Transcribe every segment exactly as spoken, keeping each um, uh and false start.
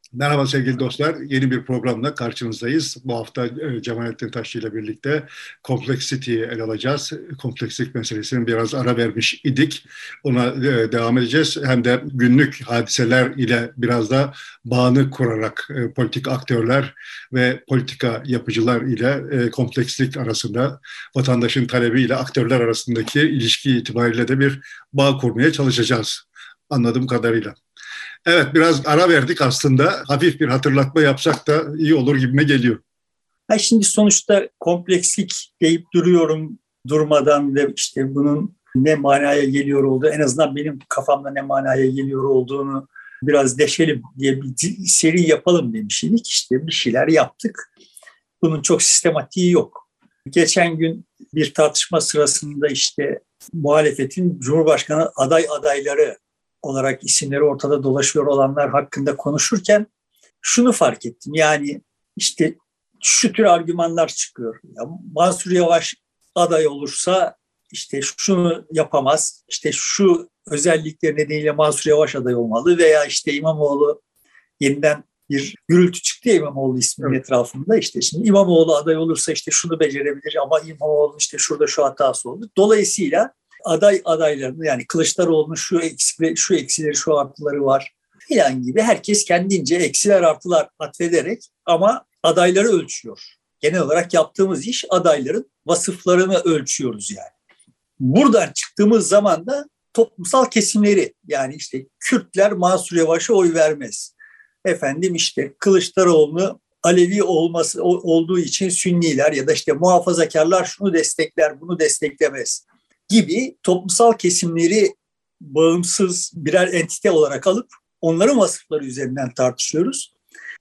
Merhaba sevgili dostlar. Yeni bir programla karşınızdayız. Bu hafta e, Cemalettin Taşçı ile birlikte kompleksiteyi ele alacağız. Komplekslik meselesini biraz ara vermiş idik. Ona e, devam edeceğiz. Hem de günlük hadiseler ile biraz da bağını kurarak e, politik aktörler ve politika yapıcılar ile e, komplekslik arasında vatandaşın talebiyle aktörler arasındaki ilişki itibariyle de bir bağ kurmaya çalışacağız. Anladığım kadarıyla. Evet, biraz ara verdik aslında. Hafif bir hatırlatma yapsak da iyi olur gibime geliyor. Ha şimdi sonuçta komplekslik deyip duruyorum durmadan ve işte bunun ne manaya geliyor olduğu, en azından benim kafamda ne manaya geliyor olduğunu biraz deşelim diye bir seri yapalım demiştik. İşte bir şeyler yaptık. Bunun çok sistematiği yok. Geçen gün bir tartışma sırasında işte muhalefetin Cumhurbaşkanı aday adayları olarak isimleri ortada dolaşıyor olanlar hakkında konuşurken şunu fark ettim. Yani işte şu tür argümanlar çıkıyor. Ya Mansur Yavaş aday olursa işte şunu yapamaz. İşte şu özellikleri nedeniyle Mansur Yavaş aday olmalı veya işte İmamoğlu yeniden bir gürültü çıktı ya İmamoğlu isminin evet. etrafında. İşte şimdi İmamoğlu aday olursa işte şunu becerebilir ama İmamoğlu işte şurada şu hatası oldu. Dolayısıyla aday adaylarını yani Kılıçdaroğlu'nun şu eksileri, şu eksileri, şu artıları var filan gibi herkes kendince eksiler artılar atfederek ama adayları ölçüyor. Genel olarak yaptığımız iş adayların vasıflarını ölçüyoruz yani. Buradan çıktığımız zaman da toplumsal kesimleri yani işte Kürtler Mansur Yavaş'a oy vermez. Efendim işte Kılıçdaroğlu'nu Alevi olması olduğu için Sünniler ya da işte muhafazakarlar şunu destekler, bunu desteklemez gibi toplumsal kesimleri bağımsız birer entite olarak alıp onların vasıfları üzerinden tartışıyoruz.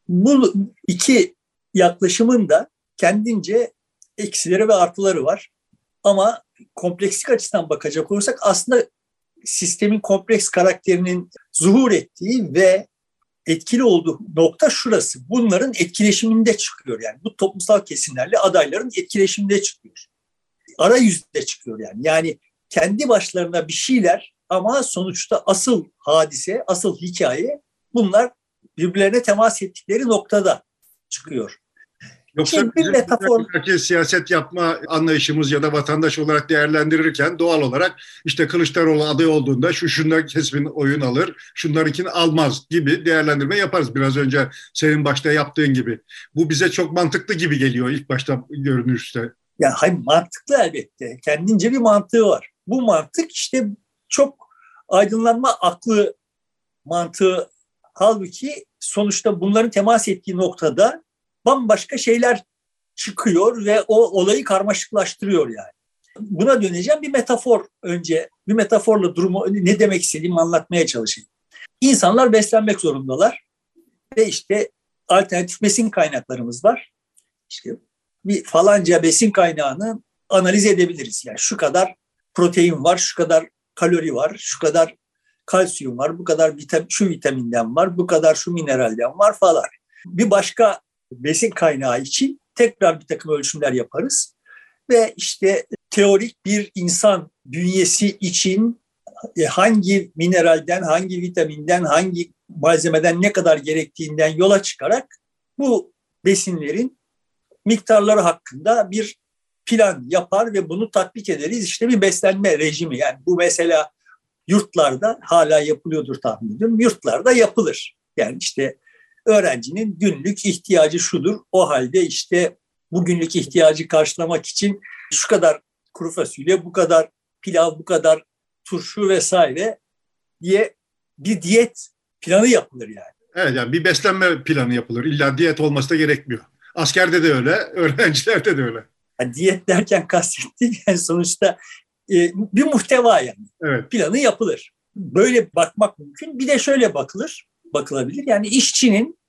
Bu iki yaklaşımın da kendince eksileri ve artıları var. Ama komplekslik açısından bakacak olursak aslında sistemin kompleks karakterinin zuhur ettiği ve etkili olduğu nokta şurası. Bunların etkileşiminde çıkıyor yani. Bu toplumsal kesimlerle adayların etkileşiminde çıkıyor. Arayüzde çıkıyor yani. Yani kendi başlarına bir şeyler ama sonuçta asıl hadise, asıl hikaye bunlar birbirlerine temas ettikleri noktada çıkıyor. Yoksa Şimdi bizim bir metafor... siyaset yapma anlayışımız ya da vatandaş olarak değerlendirirken doğal olarak işte Kılıçdaroğlu aday olduğunda şu şunlar kesimin oyun alır, şunlarınkini almaz gibi değerlendirme yaparız. Biraz önce senin başta yaptığın gibi. Bu bize çok mantıklı gibi geliyor ilk başta görünüşte. Ya hayır, mantıklı elbette. Kendince bir mantığı var. Bu mantık işte çok aydınlanma aklı mantığı. Halbuki sonuçta bunların temas ettiği noktada bambaşka şeyler çıkıyor ve o olayı karmaşıklaştırıyor yani. Buna döneceğim bir metafor önce. Bir metaforla durumu ne demek istediğimi anlatmaya çalışayım. İnsanlar beslenmek zorundalar ve işte alternatif besin kaynaklarımız var. İşte bir falanca besin kaynağını analiz edebiliriz. Yani şu kadar protein var, şu kadar kalori var, şu kadar kalsiyum var, bu kadar vitamin, şu vitaminden var, bu kadar şu mineralden var falan. Bir başka besin kaynağı için tekrar bir takım ölçümler yaparız. Ve işte teorik bir insan bünyesi için hangi mineralden, hangi vitaminden, hangi malzemeden ne kadar gerektiğinden yola çıkarak bu besinlerin miktarları hakkında bir plan yapar ve bunu tatbik ederiz. İşte bir beslenme rejimi. Yani bu mesela yurtlarda hala yapılıyordur tahmin ediyorum. Yurtlarda yapılır. Yani işte öğrencinin günlük ihtiyacı şudur. O halde işte bu günlük ihtiyacı karşılamak için şu kadar kuru fasulye, bu kadar pilav, bu kadar turşu vesaire diye bir diyet planı yapılır yani. Evet, yani bir beslenme planı yapılır. İlla diyet olması da gerekmiyor. Askerde de öyle, öğrencilerde de öyle. Yani diyet derken kastettiğim yani sonuçta e, bir muhteva yani. Evet. Planı yapılır. Böyle bakmak mümkün. Bir de şöyle bakılır, bakılabilir. Yani işçinin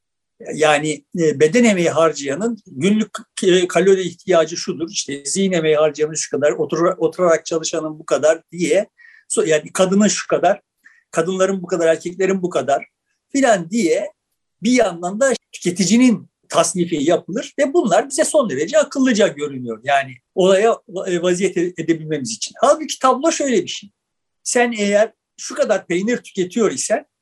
yani beden emeği harcayanın günlük kalori ihtiyacı şudur. İşte zihin emeği harcayanın şu kadar, otur, oturarak çalışanın bu kadar diye. Yani kadının şu kadar, kadınların bu kadar, erkeklerin bu kadar filan diye bir yandan da tüketicinin tasnifi yapılır ve bunlar bize son derece akıllıca görünüyor. Yani olaya vaziyet edebilmemiz için. Halbuki tablo şöyle bir şey. Sen eğer şu kadar peynir tüketiyor isen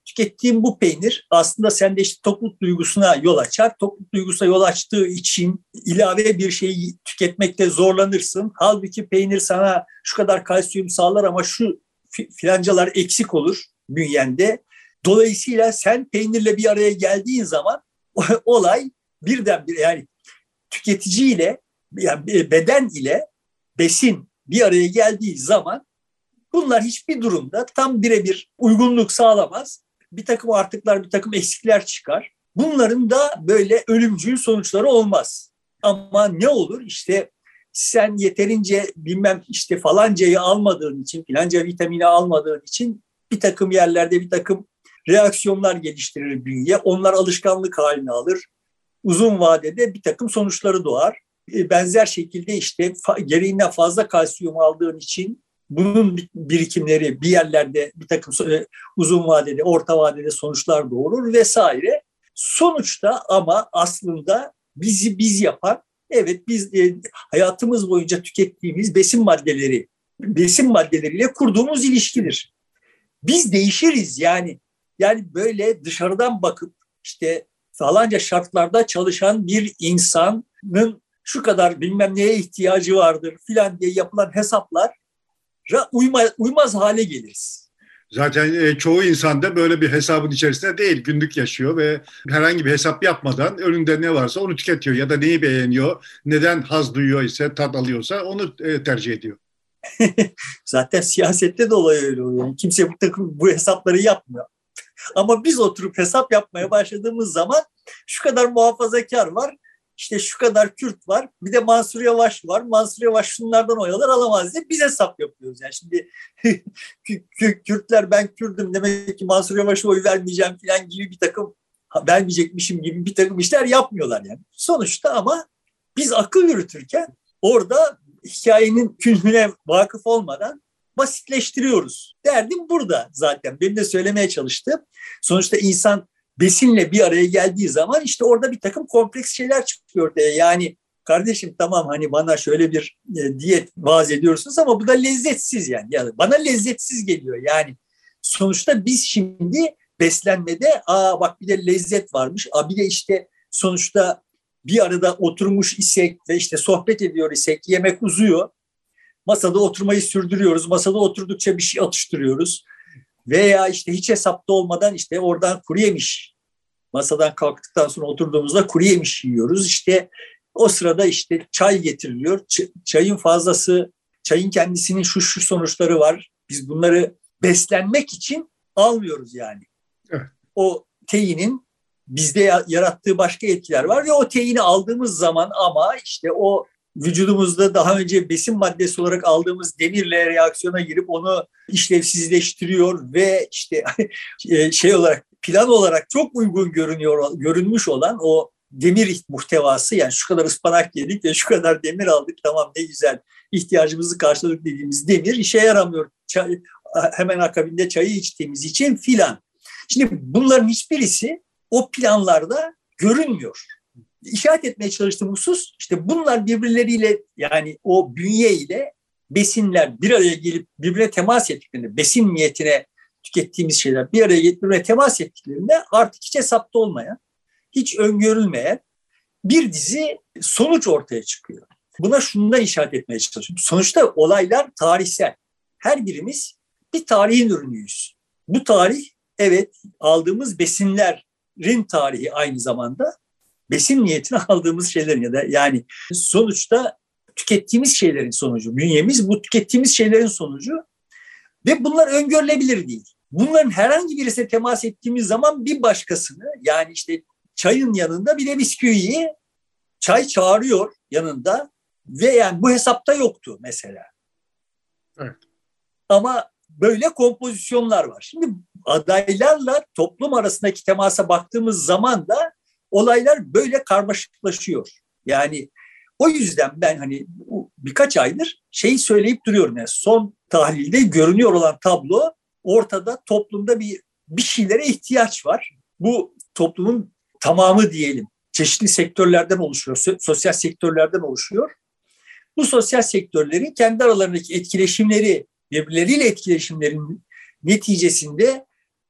tükettiğim bu peynir aslında sende işte tokluk duygusuna yol açar. Tokluk duygusuna yol açtığı için ilave bir şeyi tüketmekte zorlanırsın. Halbuki peynir sana şu kadar kalsiyum sağlar ama şu filancalar eksik olur bünyende. Dolayısıyla sen peynirle bir araya geldiğin zaman olay birdenbire, yani tüketiciyle, yani beden ile besin bir araya geldiği zaman bunlar hiçbir durumda tam birebir uygunluk sağlamaz. Bir takım artıklar, bir takım eksikler çıkar. Bunların da böyle ölümcül sonuçları olmaz. Ama ne olur? İşte sen yeterince bilmem işte falancayı almadığın için, filanca vitamini almadığın için bir takım yerlerde bir takım reaksiyonlar geliştirir bünye. Onlar alışkanlık haline alır. Uzun vadede bir takım sonuçları doğar. Benzer şekilde işte gereğinden fazla kalsiyum aldığın için bunun birikimleri bir yerlerde bir takım uzun vadede, orta vadede sonuçlar doğurur vesaire. Sonuçta ama aslında bizi biz yapan, evet biz e, hayatımız boyunca tükettiğimiz besin maddeleri, besin maddeleriyle kurduğumuz ilişkidir. Biz değişiriz yani. Yani böyle dışarıdan bakıp işte falanca şartlarda çalışan bir insanın şu kadar bilmem neye ihtiyacı vardır filan diye yapılan hesaplar Uyma, uymaz hale geliriz. Zaten e, çoğu insan da böyle bir hesabın içerisinde değil. Günlük yaşıyor ve herhangi bir hesap yapmadan önünde ne varsa onu tüketiyor. Ya da neyi beğeniyor, neden haz duyuyor ise, tat alıyorsa onu e, tercih ediyor. Zaten siyasette de olay öyle oluyor. Yani kimse bu takım bu hesapları yapmıyor. Ama biz oturup hesap yapmaya başladığımız zaman şu kadar muhafazakar var, İşte şu kadar Kürt var, bir de Mansur Yavaş var. Mansur Yavaş şunlardan oy alır alamaz diye biz hesap yapıyoruz. Yani şimdi Kürtler ben Kürt'üm demek ki Mansur Yavaş'a oy vermeyeceğim falan gibi bir takım, vermeyecekmişim gibi bir takım işler yapmıyorlar yani. Sonuçta ama biz akıl yürütürken orada hikayenin künhüne vakıf olmadan basitleştiriyoruz. Derdim burada zaten. Benim de söylemeye çalıştığım. Sonuçta insan besinle bir araya geldiği zaman işte orada bir takım kompleks şeyler çıkıyor ortaya. Yani kardeşim tamam hani bana şöyle bir e, diyet vaaz ediyorsunuz ama bu da lezzetsiz yani. Yani bana lezzetsiz geliyor. Yani sonuçta biz şimdi beslenmede aa bak bir de lezzet varmış. Aa bir de işte sonuçta bir arada oturmuş isek ve işte sohbet ediyor isek yemek uzuyor. Masada oturmayı sürdürüyoruz. Masada oturdukça bir şey atıştırıyoruz. Veya işte hiç hesapta olmadan işte oradan kuru yemiş, masadan kalktıktan sonra oturduğumuzda kuru yemiş yiyoruz. İşte o sırada işte çay getiriliyor. Ç- çayın fazlası, çayın kendisinin şu şu sonuçları var. Biz bunları beslenmek için almıyoruz yani. Evet. O teinin bizde yarattığı başka etkiler var ve o teyini aldığımız zaman ama işte o vücudumuzda daha önce besin maddesi olarak aldığımız demirle reaksiyona girip onu işlevsizleştiriyor ve işte şey olarak plan olarak çok uygun görünüyor görünmüş olan o demir muhtevası, yani şu kadar ıspanak yedik ve şu kadar demir aldık, tamam ne güzel ihtiyacımızı karşıladık dediğimiz demir işe yaramıyor. Çay, hemen akabinde çayı içtiğimiz için filan. Şimdi bunların hiçbirisi o planlarda görünmüyor. İşaret etmeye çalıştığım husus işte bunlar birbirleriyle, yani o bünye ile besinler bir araya gelip birbirine temas ettiklerinde, besin niyetine tükettiğimiz şeyler bir araya gelip birbirine temas ettiklerinde artık hiç hesapta olmayan, hiç öngörülmeyen bir dizi sonuç ortaya çıkıyor. Buna şundan işaret etmeye çalışıyorum. Sonuçta olaylar tarihsel. Her birimiz bir tarihin ürünüyüz. Bu tarih, evet, aldığımız besinlerin tarihi aynı zamanda. Besin niyetine aldığımız şeylerin ya da yani sonuçta tükettiğimiz şeylerin sonucu. Bünyemiz bu tükettiğimiz şeylerin sonucu ve bunlar öngörülebilir değil. Bunların herhangi birisine temas ettiğimiz zaman bir başkasını, yani işte çayın yanında bir de bisküviyi, çay çağırıyor yanında ve yani bu hesapta yoktu mesela. Evet. Ama böyle kompozisyonlar var. Şimdi adaylarla toplum arasındaki temasa baktığımız zaman da olaylar böyle karmaşıklaşıyor. Yani o yüzden ben hani birkaç aydır şeyi söyleyip duruyorum. Yani son tahlilde görünüyor olan tablo, ortada toplumda bir bir şeylere ihtiyaç var. Bu toplumun tamamı diyelim çeşitli sektörlerden oluşuyor, sosyal sektörlerden oluşuyor. Bu sosyal sektörlerin kendi aralarındaki etkileşimleri, birbirleriyle etkileşimlerin neticesinde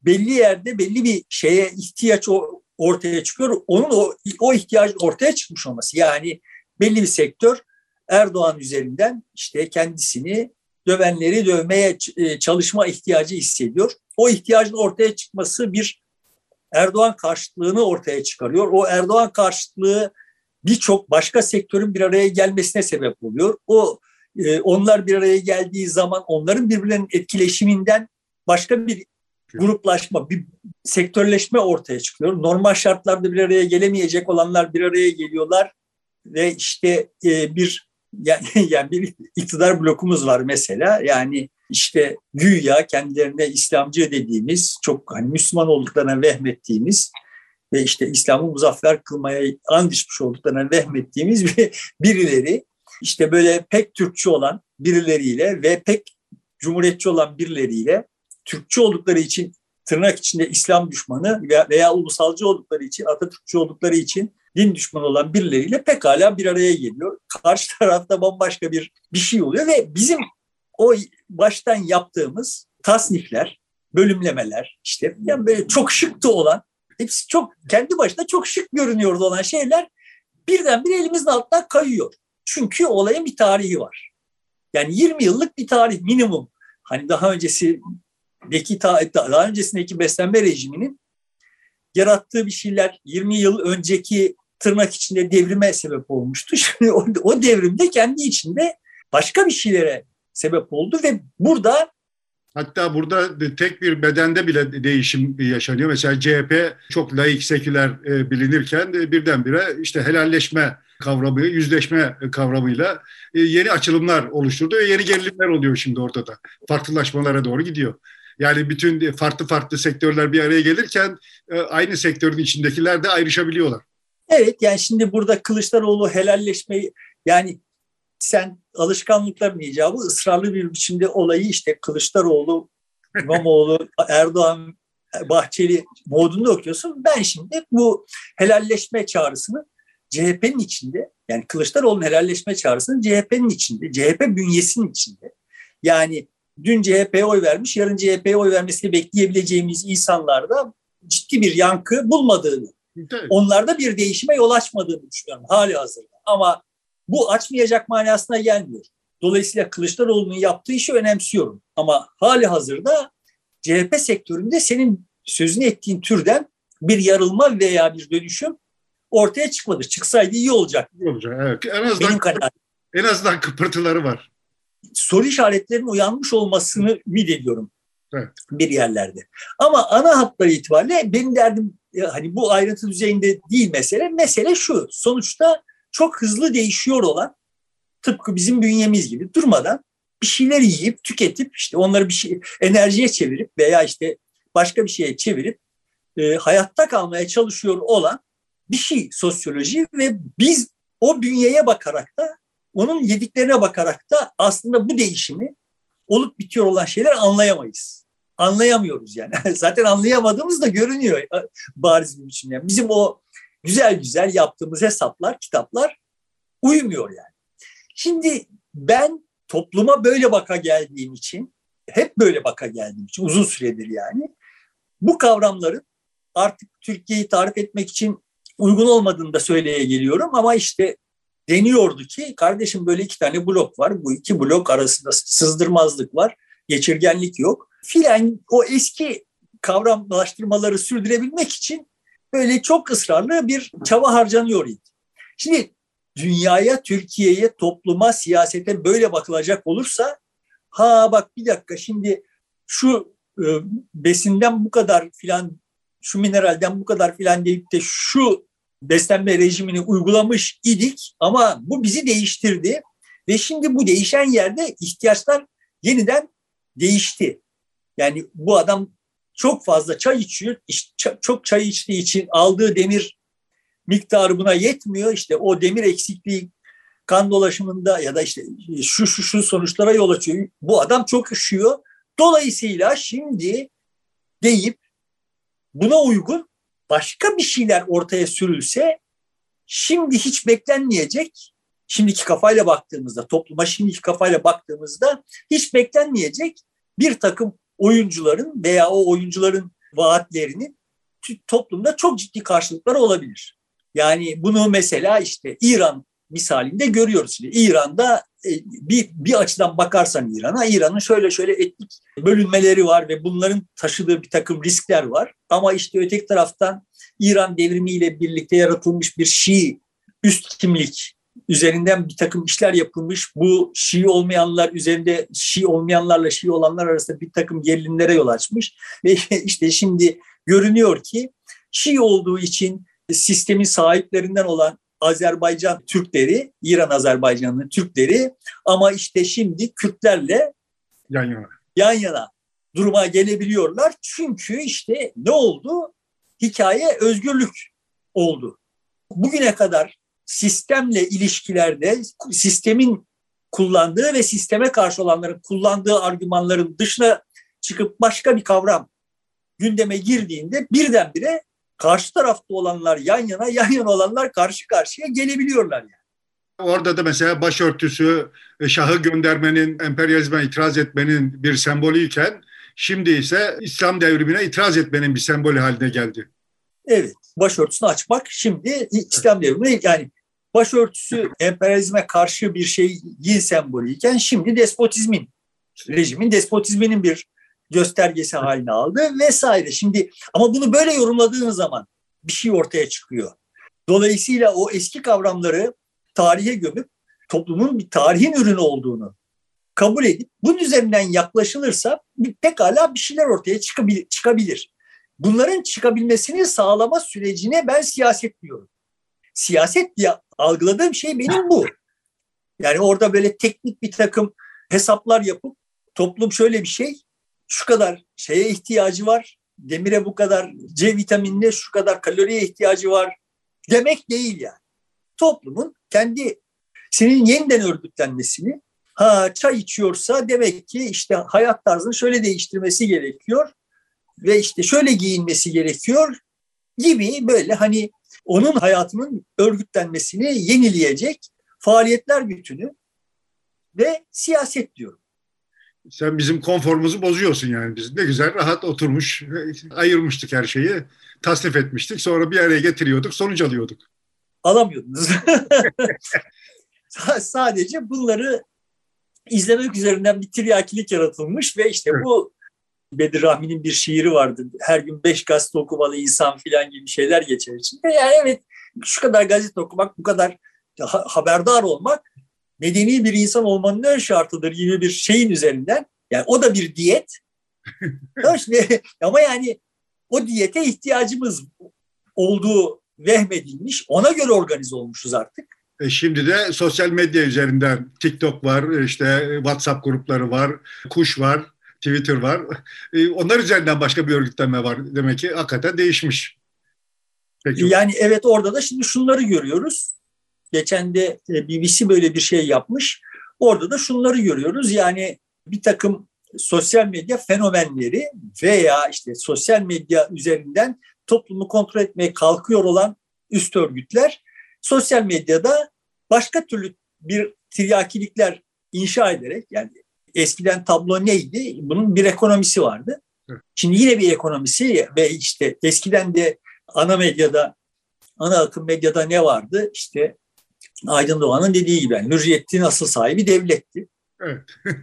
belli yerde belli bir şeye ihtiyaç ortaya çıkıyor. Onun o, o ihtiyacın ortaya çıkmış olması. Yani belli bir sektör Erdoğan üzerinden işte kendisini dövenleri dövmeye çalışma ihtiyacı hissediyor. O ihtiyacın ortaya çıkması bir Erdoğan karşıtlığını ortaya çıkarıyor. O Erdoğan karşıtlığı birçok başka sektörün bir araya gelmesine sebep oluyor. O onlar bir araya geldiği zaman onların birbirlerinin etkileşiminden başka bir gruplaşma, bir sektörleşme ortaya çıkıyor. Normal şartlarda bir araya gelemeyecek olanlar bir araya geliyorlar ve işte bir yani, yani bir iktidar blokumuz var mesela. Yani işte güya kendilerine İslamcı dediğimiz, çok hani Müslüman olduklarına vehmettiğimiz ve işte İslam'ı muzaffer kılmaya and içmiş olduklarına vehmettiğimiz bir, birileri, işte böyle pek Türkçü olan birileriyle ve pek cumhuriyetçi olan birileriyle, Türkçü oldukları için tırnak içinde İslam düşmanı veya, veya ulusalcı oldukları için, Atatürkçü oldukları için din düşmanı olan birileriyle pekala bir araya geliyor. Karşı tarafta bambaşka bir bir şey oluyor ve bizim o baştan yaptığımız tasnifler, bölümlemeler, işte yani böyle çok şıktı olan, hepsi çok kendi başına çok şık görünüyordu olan şeyler birdenbire elimizin altından kayıyor. Çünkü olayın bir tarihi var. Yani yirmi yıllık bir tarih minimum. Hani daha öncesindeki daha öncesindeki beslenme rejiminin yarattığı bir şeyler yirmi yıl önceki tırnak içinde devrime sebep olmuştu. Şimdi o, o devrimde kendi içinde başka bir şeylere sebep oldu ve burada hatta burada tek bir bedende bile değişim yaşanıyor. Mesela C H P çok laik, seküler e, bilinirken e, birdenbire işte helalleşme kavramı, yüzleşme kavramıyla e, yeni açılımlar oluşturdu ve yeni gerilimler oluyor şimdi ortada. Farklılaşmalara doğru gidiyor. Yani bütün farklı farklı sektörler bir araya gelirken e, aynı sektörün içindekiler de ayrışabiliyorlar. Evet, yani şimdi burada Kılıçdaroğlu helalleşmeyi, yani sen alışkanlıkların icabı ısrarlı bir biçimde olayı işte Kılıçdaroğlu, İmamoğlu, Erdoğan, Bahçeli modunda okuyorsun. Ben şimdi bu helalleşme çağrısını C H P'nin içinde, yani Kılıçdaroğlu'nun helalleşme çağrısını C H P'nin içinde, C H P bünyesinin içinde, yani dün C H P'ye oy vermiş, yarın C H P'ye oy vermesini bekleyebileceğimiz insanlarda ciddi bir yankı bulmadığını, evet, onlarda bir değişime yol açmadığını düşünüyorum hali hazırda. Ama bu açmayacak manasına gelmiyor. Dolayısıyla Kılıçdaroğlu'nun yaptığı işi önemsiyorum. Ama hali hazırda C H P sektöründe senin sözünü ettiğin türden bir yarılma veya bir dönüşüm ortaya çıkmadı. Çıksaydı iyi olacak. İyi olacak, evet. En azından, benim kanaatim. En azından kıpırtıları var. Soru işaretlerinin uyanmış olmasını ümit ediyorum, evet, bir yerlerde. Ama ana hatları itibariyle benim derdim hani bu ayrıntı düzeyinde değil mesele. Mesele şu: sonuçta çok hızlı değişiyor olan, tıpkı bizim bünyemiz gibi durmadan bir şeyler yiyip tüketip işte onları bir şey enerjiye çevirip veya işte başka bir şeye çevirip e, hayatta kalmaya çalışıyor olan bir şey sosyoloji ve biz o bünyeye bakarak da onun yediklerine bakarak da aslında bu değişimi, olup bitiyor olan şeyler anlayamayız. Anlayamıyoruz yani. Zaten anlayamadığımız da görünüyor bariz bir biçimde. Yani bizim o güzel güzel yaptığımız hesaplar, kitaplar uymuyor yani. Şimdi ben topluma böyle baka geldiğim için, hep böyle baka geldiğim için uzun süredir yani, bu kavramların artık Türkiye'yi tarif etmek için uygun olmadığını da söyleye geliyorum ama işte deniyordu ki kardeşim böyle iki tane blok var. Bu iki blok arasında sızdırmazlık var. Geçirgenlik yok. Filan o eski kavramlaştırmaları sürdürebilmek için böyle çok ısrarlı bir çaba harcanıyor idi. Şimdi dünyaya, Türkiye'ye, topluma, siyasete böyle bakılacak olursa, ha bak bir dakika şimdi şu e, besinden bu kadar filan, şu mineralden bu kadar filan deyip de şu beslenme rejimini uygulamış idik ama bu bizi değiştirdi ve şimdi bu değişen yerde ihtiyaçlar yeniden değişti. Yani bu adam çok fazla çay içiyor, çok çay içtiği için aldığı demir miktarı buna yetmiyor. İşte o demir eksikliği kan dolaşımında ya da işte şu şu şu sonuçlara yol açıyor. Bu adam çok üşüyor. Dolayısıyla şimdi deyip buna uygun başka bir şeyler ortaya sürülse, şimdi hiç beklenmeyecek, şimdiki kafayla baktığımızda, topluma şimdiki kafayla baktığımızda hiç beklenmeyecek bir takım oyuncuların veya o oyuncuların vaatlerinin toplumda çok ciddi karşılıkları olabilir. Yani bunu mesela işte İran misalinde görüyoruz. Şimdi İran'da bir, bir açıdan bakarsan İran'a, İran'ın şöyle şöyle etnik bölünmeleri var ve bunların taşıdığı bir takım riskler var. Ama işte öteki taraftan İran devrimiyle birlikte yaratılmış bir Şii üst kimlik üzerinden bir takım işler yapılmış. Bu Şii olmayanlar üzerinde Şii olmayanlarla Şii olanlar arasında bir takım gerilimlere yol açmış. Ve işte şimdi görünüyor ki Şii olduğu için sistemin sahiplerinden olan Azerbaycan Türkleri, İran Azerbaycanlı Türkleri ama işte şimdi Kürtlerle yan yana. yan yana duruma gelebiliyorlar. Çünkü işte ne oldu? Hikaye özgürlük oldu. Bugüne kadar sistemle ilişkilerde sistemin kullandığı ve sisteme karşı olanların kullandığı argümanların dışına çıkıp başka bir kavram gündeme girdiğinde birdenbire karşı tarafta olanlar yan yana, yan yana olanlar karşı karşıya gelebiliyorlar yani. Orada da mesela başörtüsü şahı göndermenin, emperyalizme itiraz etmenin bir sembolüyken şimdi ise İslam devrimine itiraz etmenin bir sembolü haline geldi. Evet, başörtüsünü açmak şimdi İslam devrimine, yani başörtüsü emperyalizme karşı bir şeyin sembolüyken şimdi despotizmin, rejimin despotizminin bir göstergesi haline aldı vesaire. Şimdi ama bunu böyle yorumladığınız zaman bir şey ortaya çıkıyor. Dolayısıyla o eski kavramları tarihe gömüp toplumun bir tarihin ürünü olduğunu kabul edip bunun üzerinden yaklaşılırsa bir, pekala bir şeyler ortaya çıkabilir, çıkabilir. Bunların çıkabilmesini sağlama sürecine ben siyaset diyorum. Siyaset diye algıladığım şey benim bu. Yani orada böyle teknik bir takım hesaplar yapıp toplum şöyle bir şey, şu kadar şeye ihtiyacı var, demire bu kadar, C vitaminine şu kadar kaloriye ihtiyacı var demek değil yani. Toplumun kendi senin yeniden örgütlenmesini, ha çay içiyorsa demek ki işte hayat tarzını şöyle değiştirmesi gerekiyor ve işte şöyle giyinmesi gerekiyor gibi böyle hani onun hayatının örgütlenmesini yenileyecek faaliyetler bütünü ve siyaset diyorum. Sen bizim konforumuzu bozuyorsun yani. Biz ne güzel rahat oturmuş, ayırmıştık her şeyi, tasnif etmiştik. Sonra bir araya getiriyorduk, sonuç alıyorduk. Alamıyordunuz. Sadece bunları izlemek üzerinden bir tiryakilik yaratılmış ve işte evet. Bu Bedir Rahmi'nin bir şiiri vardı. Her gün beş gazete okumalı insan filan gibi şeyler geçer içinde. Yani evet, şu kadar gazete okumak, bu kadar haberdar olmak medeni bir insan olmanın ön şartıdır gibi bir şeyin üzerinden. Yani o da bir diyet. Ama yani o diyete ihtiyacımız olduğu vehmedilmiş. Ona göre organize olmuşuz artık. E şimdi de sosyal medya üzerinden TikTok var, işte WhatsApp grupları var, Kuş var, Twitter var. E onlar üzerinden başka bir örgütlenme var. Demek ki hakikaten değişmiş. Peki. Yani evet, orada da şimdi şunları görüyoruz. Geçen de B B C böyle bir şey yapmış. Orada da şunları görüyoruz. Yani bir takım sosyal medya fenomenleri veya işte sosyal medya üzerinden toplumu kontrol etmeye kalkıyor olan üst örgütler sosyal medyada başka türlü bir tiryakilikler inşa ederek, yani eskiden tablo neydi? Bunun bir ekonomisi vardı. Şimdi yine bir ekonomisi ve işte eskiden de ana medyada, ana akım medyada ne vardı? İşte Aydın Doğan'ın dediği gibi yani Hürriyet'in asıl sahibi devletti. Evet.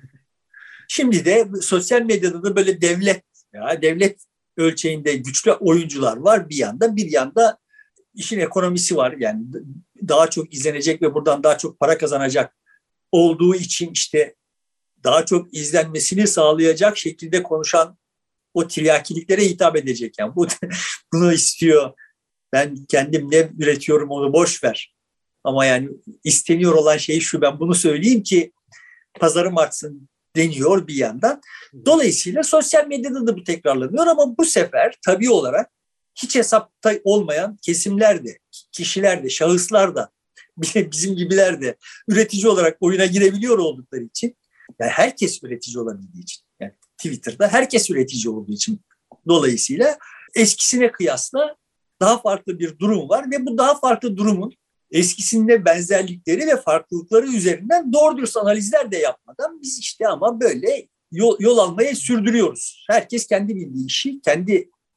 Şimdi de sosyal medyada da böyle devlet, ya devlet ölçeğinde güçlü oyuncular var bir yanda, bir yanda işin ekonomisi var. Yani daha çok izlenecek ve buradan daha çok para kazanacak olduğu için işte daha çok izlenmesini sağlayacak şekilde konuşan o tiryakiliklere hitap edecek. Yani bu, bunu istiyor. Ben kendim ne üretiyorum onu boş ver. Ama yani isteniyor olan şey şu, ben bunu söyleyeyim ki pazarım artsın deniyor bir yandan. Dolayısıyla sosyal medyada da bu tekrarlanıyor ama bu sefer tabii olarak hiç hesapta olmayan kesimler de, kişiler de, şahıslar da, bizim gibiler de üretici olarak oyuna girebiliyor oldukları için, yani herkes üretici olabildiği için, yani Twitter'da herkes üretici olduğu için dolayısıyla eskisine kıyasla daha farklı bir durum var ve bu daha farklı durumun eskisinde benzerlikleri ve farklılıkları üzerinden doğru dürüst analizler de yapmadan biz işte ama böyle yol, yol almaya sürdürüyoruz. Herkes kendi bildiği işi kendi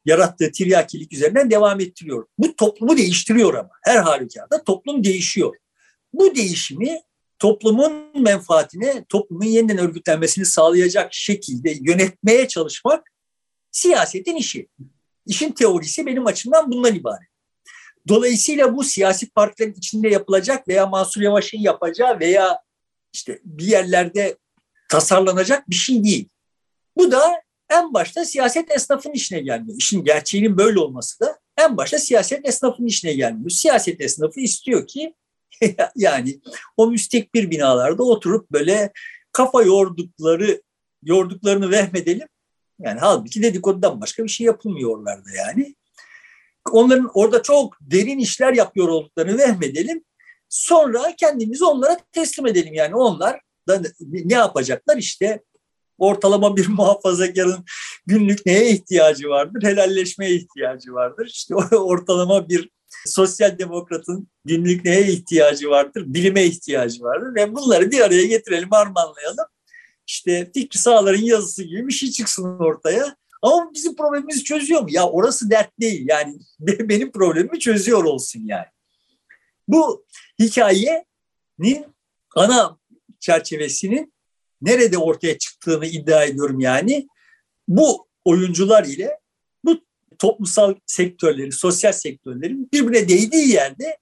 yarattığı tiryakilik üzerinden devam ettiriyor. Bu toplumu değiştiriyor ama her halükarda toplum değişiyor. Bu değişimi toplumun menfaatine, toplumun yeniden örgütlenmesini sağlayacak şekilde yönetmeye çalışmak siyasetin işi. İşin teorisi benim açımdan bundan ibaret. Dolayısıyla bu siyasi partilerin içinde yapılacak veya Mansur Yavaş'ın yapacağı veya işte bir yerlerde tasarlanacak bir şey değil. Bu da en başta siyaset esnafının işine gelmiyor. İşin gerçeğinin böyle olması da en başta siyaset esnafının işine gelmiyor. Siyaset esnafı istiyor ki yani o müstekbir binalarda oturup böyle kafa yordukları yorduklarını vehmedelim. Yani halbuki dedikodudan başka bir şey yapılmıyor oralarda yani. Onların orada çok derin işler yapıyor olduklarını vehmedelim. Sonra kendimizi onlara teslim edelim. Yani onlar da ne yapacaklar? İşte ortalama bir muhafazakarın günlük neye ihtiyacı vardır? Helalleşmeye ihtiyacı vardır. İşte ortalama bir sosyal demokratın günlük neye ihtiyacı vardır? Bilime ihtiyacı vardır. Ve bunları bir araya getirelim, harmanlayalım. İşte Fikri Sağlar'ın yazısı gibi bir şey çıksın ortaya. Ama bizim problemimizi çözüyor mu? Ya orası dert değil. Yani benim problemimi çözüyor olsun yani. Bu hikayenin ana çerçevesinin nerede ortaya çıktığını iddia ediyorum yani. Bu oyuncular ile bu toplumsal sektörleri, sosyal sektörlerin birbirine değdiği yerde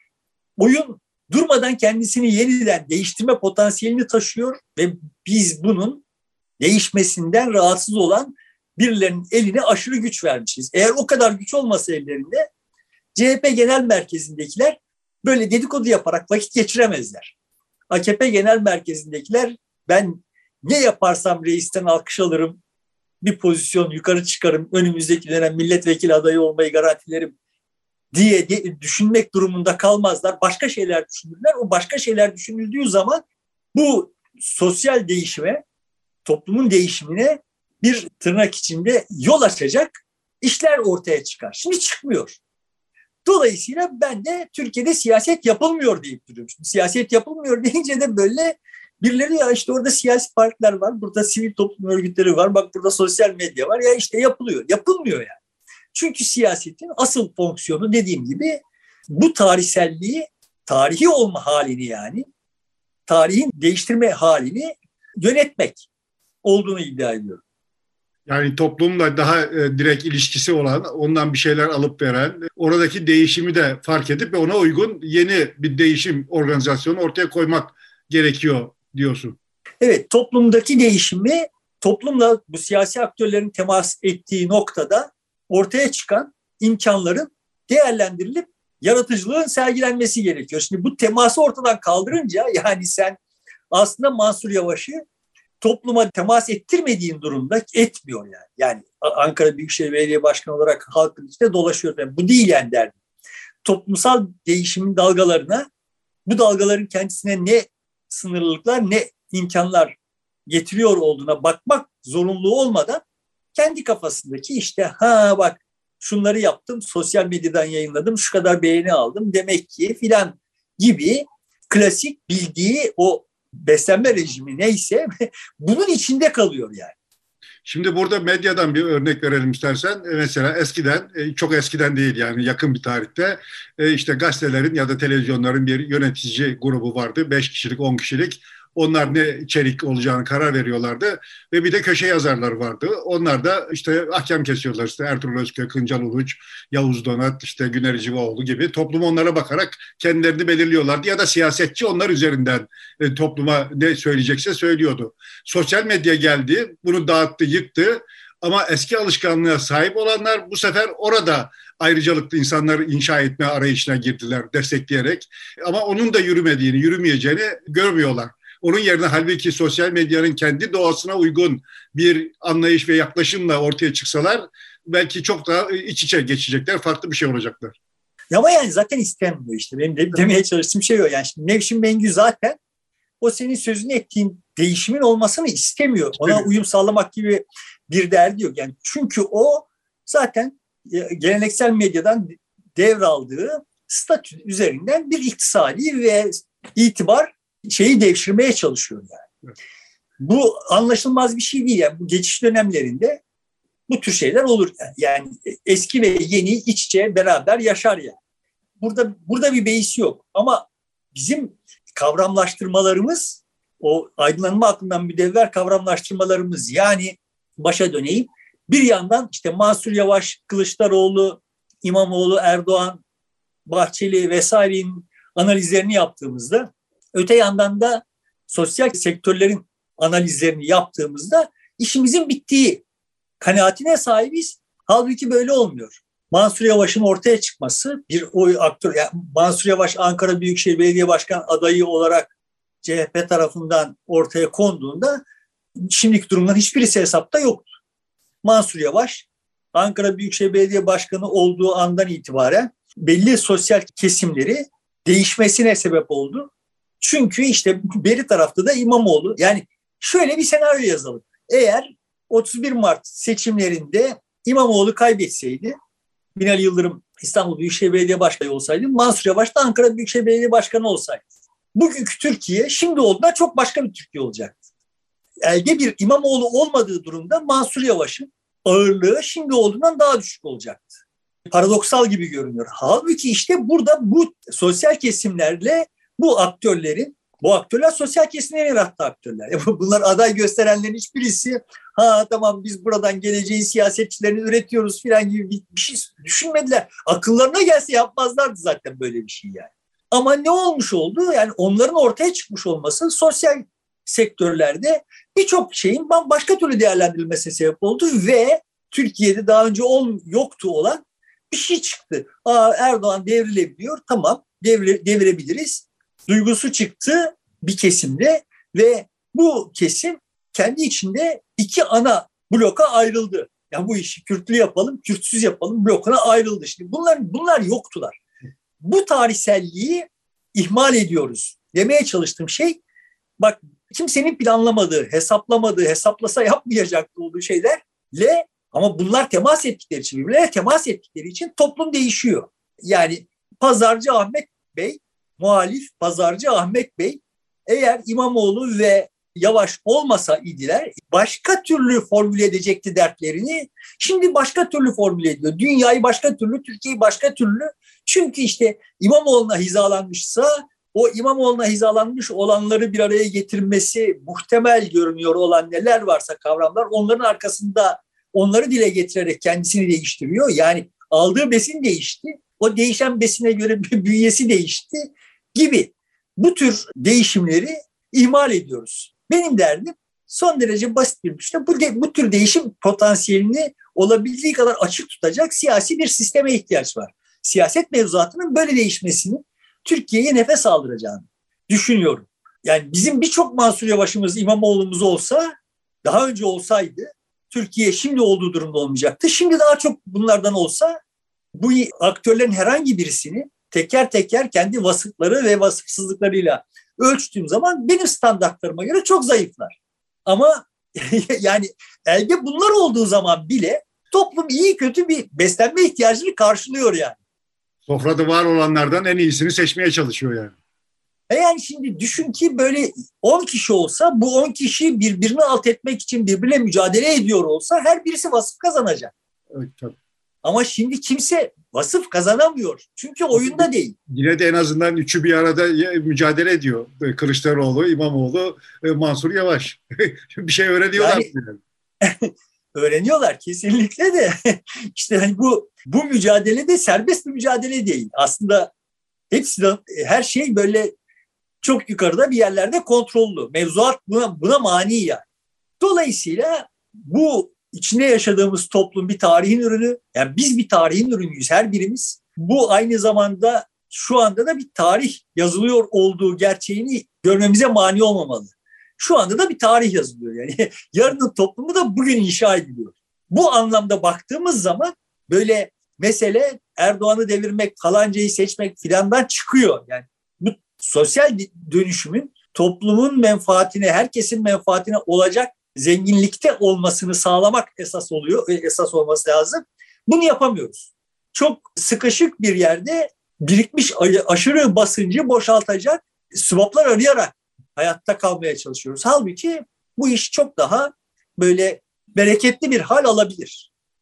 oyun durmadan kendisini yeniden değiştirme potansiyelini taşıyor ve biz bunun değişmesinden rahatsız olan birilerinin eline aşırı güç vermişiz. Eğer o kadar güç olmasa ellerinde C H P Genel Merkezi'ndekiler böyle dedikodu yaparak vakit geçiremezler. A K P Genel Merkezi'ndekiler ben ne yaparsam reisten alkış alırım, bir pozisyon yukarı çıkarım, önümüzdeki dönem milletvekili adayı olmayı garantilerim diye de düşünmek durumunda kalmazlar. Başka şeyler düşünürler. O başka şeyler düşünüldüğü zaman bu sosyal değişime, toplumun değişimine bir tırnak içinde yol açacak işler ortaya çıkar. Şimdi çıkmıyor. Dolayısıyla ben de Türkiye'de siyaset yapılmıyor deyip duruyorum. Şimdi siyaset yapılmıyor deyince de böyle birileri ya işte orada siyasi partiler var, burada sivil toplum örgütleri var, bak burada sosyal medya var ya işte yapılıyor. Yapılmıyor yani. Çünkü siyasetin asıl fonksiyonu dediğim gibi bu tarihselliği, tarihi olma halini yani, tarihin değiştirme halini yönetmek olduğunu iddia ediyorum. Yani toplumla daha e, direkt ilişkisi olan, ondan bir şeyler alıp veren, oradaki değişimi de fark edip ve ona uygun yeni bir değişim organizasyonu ortaya koymak gerekiyor diyorsun. Evet, toplumdaki değişimi toplumla bu siyasi aktörlerin temas ettiği noktada ortaya çıkan imkanların değerlendirilip yaratıcılığın sergilenmesi gerekiyor. Şimdi bu teması ortadan kaldırınca yani sen aslında Mansur Yavaş'ı topluma temas ettirmediğin durumda etmiyor yani. Yani Ankara Büyükşehir Belediye Başkanı olarak halkın içinde dolaşıyor. Yani bu değil yani derdim. Toplumsal değişimin dalgalarına, bu dalgaların kendisine ne sınırlılıklar ne imkanlar getiriyor olduğuna bakmak zorunluluğu olmadan kendi kafasındaki işte ha bak şunları yaptım, sosyal medyadan yayınladım, şu kadar beğeni aldım demek ki filan gibi klasik bildiği o beslenme rejimi neyse bunun içinde kalıyor yani. Şimdi burada medyadan bir örnek verelim istersen. Mesela eskiden, çok eskiden değil yani yakın bir tarihte işte gazetelerin ya da televizyonların bir yönetici grubu vardı. Beş kişilik, on kişilik. Onlar ne içerik olacağını karar veriyorlardı. Ve bir de köşe yazarları vardı. Onlar da işte ahkam kesiyorlar. İşte Ertuğrul Özkök, Kıncal Uluç, Yavuz Donat, işte Güner Civaoğlu gibi. Toplum onlara bakarak kendilerini belirliyorlardı. Ya da siyasetçi onlar üzerinden e, topluma ne söyleyecekse söylüyordu. Sosyal medya geldi, bunu dağıttı, yıktı. Ama eski alışkanlığa sahip olanlar bu sefer orada ayrıcalıklı insanları inşa etme arayışına girdiler destekleyerek. Ama onun da yürümediğini, yürümeyeceğini görmüyorlar. Onun yerine halbuki sosyal medyanın kendi doğasına uygun bir anlayış ve yaklaşımla ortaya çıksalar belki çok daha iç içe geçecekler, farklı bir şey olacaklar. Ama yani zaten istenmiyor işte. Benim de demeye çalıştığım şey o. Yani şimdi Nevşin Mengü zaten o senin sözünü ettiğin değişimin olmasını istemiyor. Ona uyum sağlamak gibi bir derdi yok. Yani çünkü o zaten geleneksel medyadan devraldığı statü üzerinden bir iktisadi ve itibar şeyi devşirmeye çalışıyor yani. Evet. Bu anlaşılmaz bir şey değil. Yani bu geçiş dönemlerinde bu tür şeyler olur. Yani eski ve yeni iç içe beraber yaşar yani. Burada burada bir beis yok. Ama bizim kavramlaştırmalarımız, o aydınlanma aklından müdevver kavramlaştırmalarımız, yani başa döneyim. Bir yandan işte Mansur Yavaş, Kılıçdaroğlu, İmamoğlu, Erdoğan, Bahçeli vesairenin analizlerini yaptığımızda, öte yandan da sosyal sektörlerin analizlerini yaptığımızda işimizin bittiği kanaatine sahibiz. Halbuki böyle olmuyor. Mansur Yavaş'ın ortaya çıkması, bir oy aktör, yani Mansur Yavaş Ankara Büyükşehir Belediye Başkan adayı olarak C H P tarafından ortaya konduğunda şimdiki durumdan hiçbirisi hesapta yoktu. Mansur Yavaş Ankara Büyükşehir Belediye Başkanı olduğu andan itibaren belli sosyal kesimleri değişmesine sebep oldu. Çünkü işte beri tarafta da İmamoğlu. Yani şöyle bir senaryo yazalım. Eğer otuz bir Mart seçimlerinde İmamoğlu kaybetseydi, Binali Yıldırım İstanbul Büyükşehir Belediye Başkanı olsaydı, Mansur Yavaş da Ankara Büyükşehir Belediye Başkanı olsaydı, bugünkü Türkiye şimdi olduğundan çok başka bir Türkiye olacaktı. Elde bir İmamoğlu olmadığı durumda Mansur Yavaş'ın ağırlığı şimdi olduğundan daha düşük olacaktı. Paradoksal gibi görünüyor. Halbuki işte burada bu sosyal kesimlerle bu aktörlerin, bu aktörler sosyal kesimlerin yarattığı aktörler. Bunlar aday gösterenlerin hiçbirisi ha tamam biz buradan geleceğin siyasetçilerini üretiyoruz falan gibi bir şey düşünmediler. Akıllarına gelse yapmazlardı zaten böyle bir şey yani. Ama ne olmuş oldu? Yani onların ortaya çıkmış olması sosyal sektörlerde birçok şeyin başka türlü değerlendirilmesine sebep oldu ve Türkiye'de daha önce ol, yoktu olan bir şey çıktı. Aa, Erdoğan devrilebiliyor, tamam devre, devirebiliriz. Duygusu çıktı bir kesimde ve bu kesim kendi içinde iki ana bloka ayrıldı. Ya bu işi Kürtlü yapalım, Kürtsüz yapalım blokuna ayrıldı. Şimdi bunlar bunlar yoktular. Bu tarihselliği ihmal ediyoruz. Demeye çalıştığım şey, bak kimsenin planlamadığı, hesaplamadığı, hesaplasa yapmayacaktı olduğu şeylerle, ama bunlar temas ettikleri için, birbirlerine temas ettikleri için toplum değişiyor. Yani Pazarcı Ahmet Bey, muhalif Pazarcı Ahmet Bey, eğer İmamoğlu ve Yavaş olmasa idiler, başka türlü formüle edecekti dertlerini. Şimdi başka türlü formüle ediyor. Dünyayı başka türlü, Türkiye'yi başka türlü. Çünkü işte İmamoğlu'na hizalanmışsa, o İmamoğlu'na hizalanmış olanları bir araya getirmesi muhtemel görünüyor olan neler varsa kavramlar, onların arkasında onları dile getirerek kendisini değiştiriyor. Yani aldığı besin değişti. O değişen besine göre bünyesi değişti gibi. Bu tür değişimleri ihmal ediyoruz. Benim derdim son derece basit bir işte bu, de, bu tür değişim potansiyelini olabildiği kadar açık tutacak siyasi bir sisteme ihtiyaç var. Siyaset mevzuatının böyle değişmesinin Türkiye'ye nefes aldıracağını düşünüyorum. Yani bizim birçok Mansur Yavaş'ımız, İmamoğlu'muz olsa, daha önce olsaydı Türkiye şimdi olduğu durumda olmayacaktı. Şimdi daha çok bunlardan olsa bu aktörlerin herhangi birisini teker teker kendi vasıfları ve vasıfsızlıklarıyla ölçtüğüm zaman benim standartlarıma göre çok zayıflar. Ama yani elde bunlar olduğu zaman bile toplum iyi kötü bir beslenme ihtiyacını karşılıyor yani. Sofrada var olanlardan en iyisini seçmeye çalışıyor yani. E yani şimdi düşün ki böyle on kişi olsa, bu on kişi birbirini alt etmek için birbirine mücadele ediyor olsa her birisi vasıf kazanacak. Evet, tabii. Ama şimdi kimse vasıf kazanamıyor. Çünkü oyunda değil. Yine de en azından üçü bir arada mücadele ediyor. Kılıçdaroğlu, İmamoğlu, Mansur Yavaş. Bir şey öğreniyorlar. Yani, öğreniyorlar kesinlikle de. İşte hani bu bu mücadele de serbest bir mücadele değil. Aslında hepsi de, her şey böyle çok yukarıda bir yerlerde kontrollü. Mevzuat buna, buna mani yani. Dolayısıyla bu içinde yaşadığımız toplum bir tarihin ürünü. Yani biz bir tarihin ürünüyüz her birimiz. Bu aynı zamanda şu anda da bir tarih yazılıyor olduğu gerçeğini görmemize mani olmamalı. Şu anda da bir tarih yazılıyor. Yani yarının toplumu da bugün inşa ediliyor. Bu anlamda baktığımız zaman böyle mesele Erdoğan'ı devirmek, falancayı seçmek filandan çıkıyor. Yani bu sosyal dönüşümün toplumun menfaatine, herkesin menfaatine olacak zenginlikte olmasını sağlamak esas oluyor, esas olması lazım. Bunu yapamıyoruz. Çok sıkışık bir yerde birikmiş aşırı basıncı boşaltacak swaplar arayarak hayatta kalmaya çalışıyoruz. Halbuki bu iş çok daha böyle bereketli bir hal alabilir.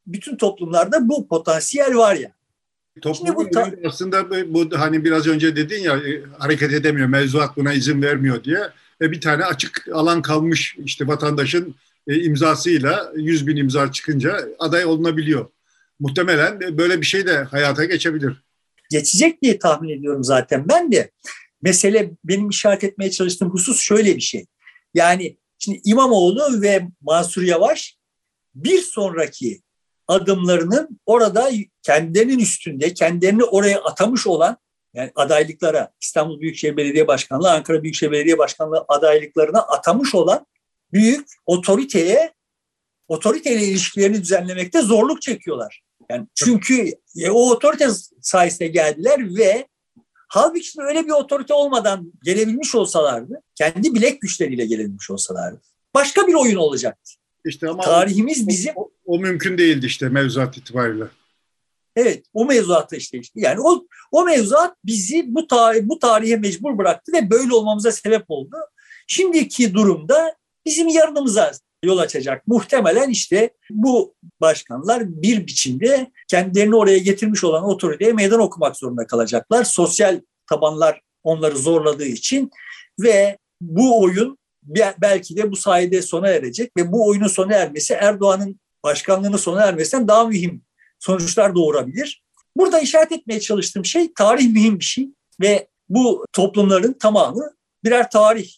bütün toplumlarda bu potansiyel var ya. Toplumun ta- aslında bu hani biraz önce dedin ya e, hareket edemiyor, mevzuat buna izin vermiyor diye. E, bir tane açık alan kalmış işte vatandaşın e, imzasıyla yüz bin imza çıkınca aday olunabiliyor. Muhtemelen böyle bir şey de hayata geçebilir. Geçecek diye tahmin ediyorum zaten ben de. Mesele benim işaret etmeye çalıştığım husus şöyle bir şey. Yani şimdi İmamoğlu ve Mansur Yavaş bir sonraki adımlarının orada kendilerinin üstünde, kendilerini oraya atamış olan yani adaylıklara, İstanbul Büyükşehir Belediye Başkanlığı, Ankara Büyükşehir Belediye Başkanlığı adaylıklarına atamış olan büyük otoriteye, otoriteyle ilişkilerini düzenlemekte zorluk çekiyorlar. Yani çünkü o otorite sayesinde geldiler ve halbuki öyle bir otorite olmadan gelebilmiş olsalardı, kendi bilek güçleriyle gelebilmiş olsalardı, başka bir oyun olacaktı. İşte ama tarihimiz o, bizim o, o mümkün değildi işte mevzuat itibariyle. Evet, o mevzuatta işte, işte yani o o mevzuat bizi bu tarih bu tarihe mecbur bıraktı ve böyle olmamıza sebep oldu. Şimdiki durumda bizim yarınımıza yol açacak. Muhtemelen işte bu başkanlar bir biçimde kendilerini oraya getirmiş olan otoriteye meydan okumak zorunda kalacaklar. Sosyal tabanlar onları zorladığı için ve bu oyun belki de bu sayede sona erecek ve bu oyunun sona ermesi Erdoğan'ın başkanlığının sona ermesinden daha mühim sonuçlar doğurabilir. Burada işaret etmeye çalıştığım şey tarih mühim bir şey ve bu toplumların tamamı birer tarih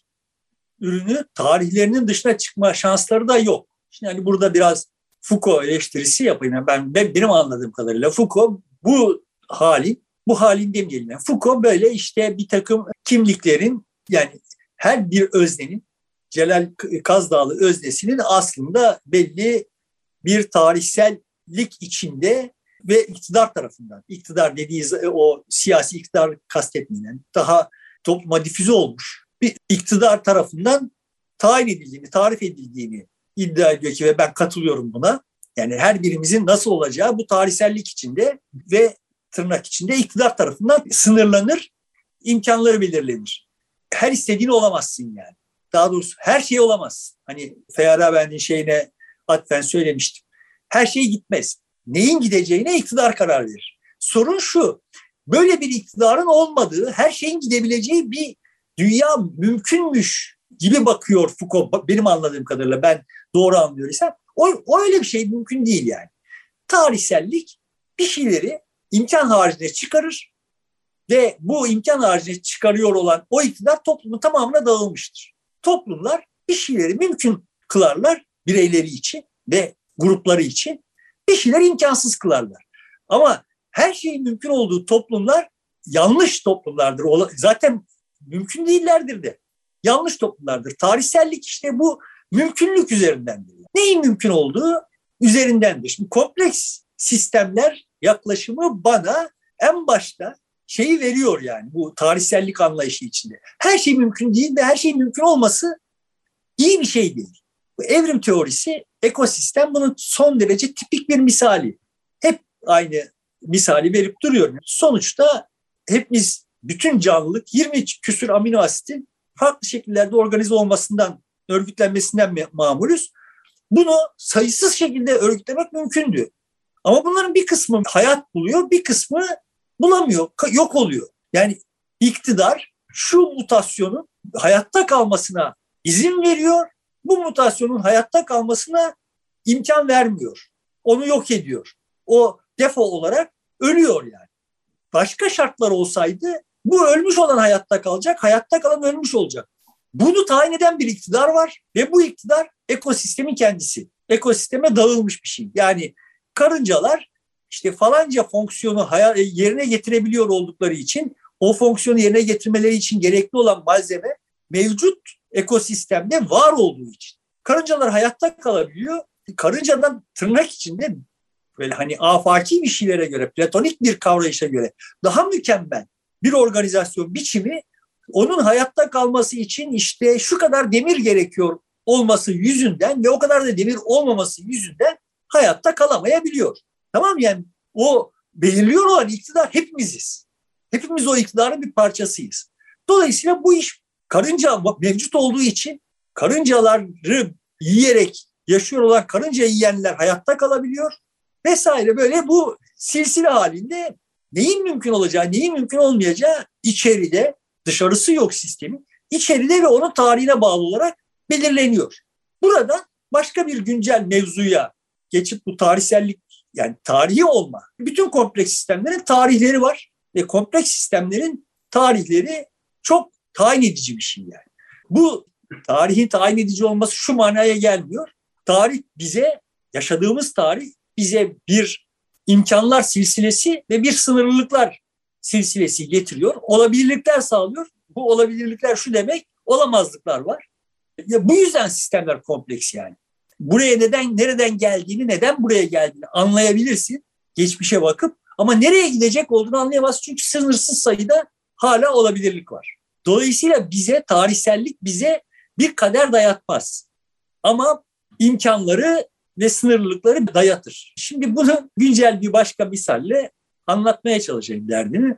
ürünü, tarihlerinin dışına çıkma şansları da yok. Şimdi hani burada biraz Foucault eleştirisi yapayım. Yani ben, ben benim anladığım kadarıyla Foucault bu halin, bu halin demeyelim. Yani Foucault böyle işte bir takım kimliklerin yani her bir öznenin, Celal Kazdağlı öznesinin aslında belli bir tarihsellik içinde ve iktidar tarafından, iktidar dediği o siyasi iktidar kastetmeyen, daha topluma difüze olmuş bir iktidar tarafından tayin edildiğini, tarif edildiğini iddia ediyor ki ve ben katılıyorum buna. Yani her birimizin nasıl olacağı bu tarihsellik içinde ve tırnak içinde iktidar tarafından sınırlanır, imkanları belirlenir. Her istediğini olamazsın yani. Daha doğrusu her şey olamaz. Hani Feyerabend'in şeyine atfen söylemiştim. Her şey gitmez. Neyin gideceğine iktidar karar verir. Sorun şu, böyle bir iktidarın olmadığı, her şeyin gidebileceği bir dünya mümkünmüş gibi bakıyor Foucault. Benim anladığım kadarıyla, ben doğru anlıyorsam o, o öyle bir şey mümkün değil yani. Tarihsellik bir şeyleri imkan haricinde çıkarır ve bu imkan haricinde çıkarıyor olan o iktidar toplumun tamamına dağılmıştır. Toplumlar bir şeyleri mümkün kılarlar bireyleri için ve grupları için, bir şeyler imkansız kılarlar. Ama her şeyin mümkün olduğu toplumlar yanlış toplumlardır. Zaten mümkün değillerdir de. Yanlış toplumlardır. Tarihsellik işte bu mümkünlük üzerindendir. Neyin mümkün olduğu üzerindendir. Şimdi kompleks sistemler yaklaşımı bana en başta şeyi veriyor yani bu tarihsellik anlayışı içinde. Her şey mümkün değil ve her şeyin mümkün olması iyi bir şey değil. Bu evrim teorisi, ekosistem bunun son derece tipik bir misali. Hep aynı misali verip duruyorum. Sonuçta hepimiz, bütün canlılık yirmi küsur amino asitin farklı şekillerde organize olmasından, örgütlenmesinden mamulüz. Bunu sayısız şekilde örgütlemek mümkündü. Ama bunların bir kısmı hayat buluyor, bir kısmı bulamıyor, yok oluyor. Yani iktidar şu mutasyonun hayatta kalmasına izin veriyor, bu mutasyonun hayatta kalmasına imkan vermiyor. Onu yok ediyor. O defo olarak ölüyor yani. Başka şartlar olsaydı bu ölmüş olan hayatta kalacak, hayatta kalan ölmüş olacak. Bunu tayin eden bir iktidar var ve bu iktidar ekosistemin kendisi. Ekosisteme dağılmış bir şey. Yani karıncalar işte falanca fonksiyonu yerine getirebiliyor oldukları için, o fonksiyonu yerine getirmeleri için gerekli olan malzeme mevcut ekosistemde var olduğu için. Karıncalar hayatta kalabiliyor. Karıncadan tırnak içinde böyle hani afaki bir şeylere göre, platonik bir kavrayışa göre daha mükemmel bir organizasyon biçimi onun hayatta kalması için işte şu kadar demir gerekiyor olması yüzünden ve o kadar da demir olmaması yüzünden hayatta kalamayabiliyor. Tamam yani o belirliyor olan iktidar hepimiziz. Hepimiz o iktidarın bir parçasıyız. Dolayısıyla bu iş karınca mevcut olduğu için karıncaları yiyerek yaşıyor olan karınca yiyenler hayatta kalabiliyor. vesaire, böyle bu silsile halinde neyin mümkün olacağı, neyin mümkün olmayacağı içeride, dışarısı yok sistemin, içeride ve onun tarihine bağlı olarak belirleniyor. Burada başka bir güncel mevzuya geçip bu tarihsellik, yani tarihi olma, bütün kompleks sistemlerin tarihleri var ve kompleks sistemlerin tarihleri çok tayin edici bir şey yani. Bu tarihin tayin edici olması şu manaya gelmiyor. Tarih bize, yaşadığımız tarih bize bir imkanlar silsilesi ve bir sınırlılıklar silsilesi getiriyor. Olabilirlikler sağlıyor. Bu olabilirlikler şu demek, olamazlıklar var. Ya bu yüzden sistemler kompleks yani. Buraya neden, nereden geldiğini, neden buraya geldiğini anlayabilirsin geçmişe bakıp, ama nereye gidecek olduğunu anlayamazsın çünkü sınırsız sayıda hala olabilirlik var. Dolayısıyla bize, tarihsellik bize bir kader dayatmaz. Ama imkanları ve sınırlılıkları dayatır. Şimdi bunu güncel bir başka misalle anlatmaya çalışayım derdini.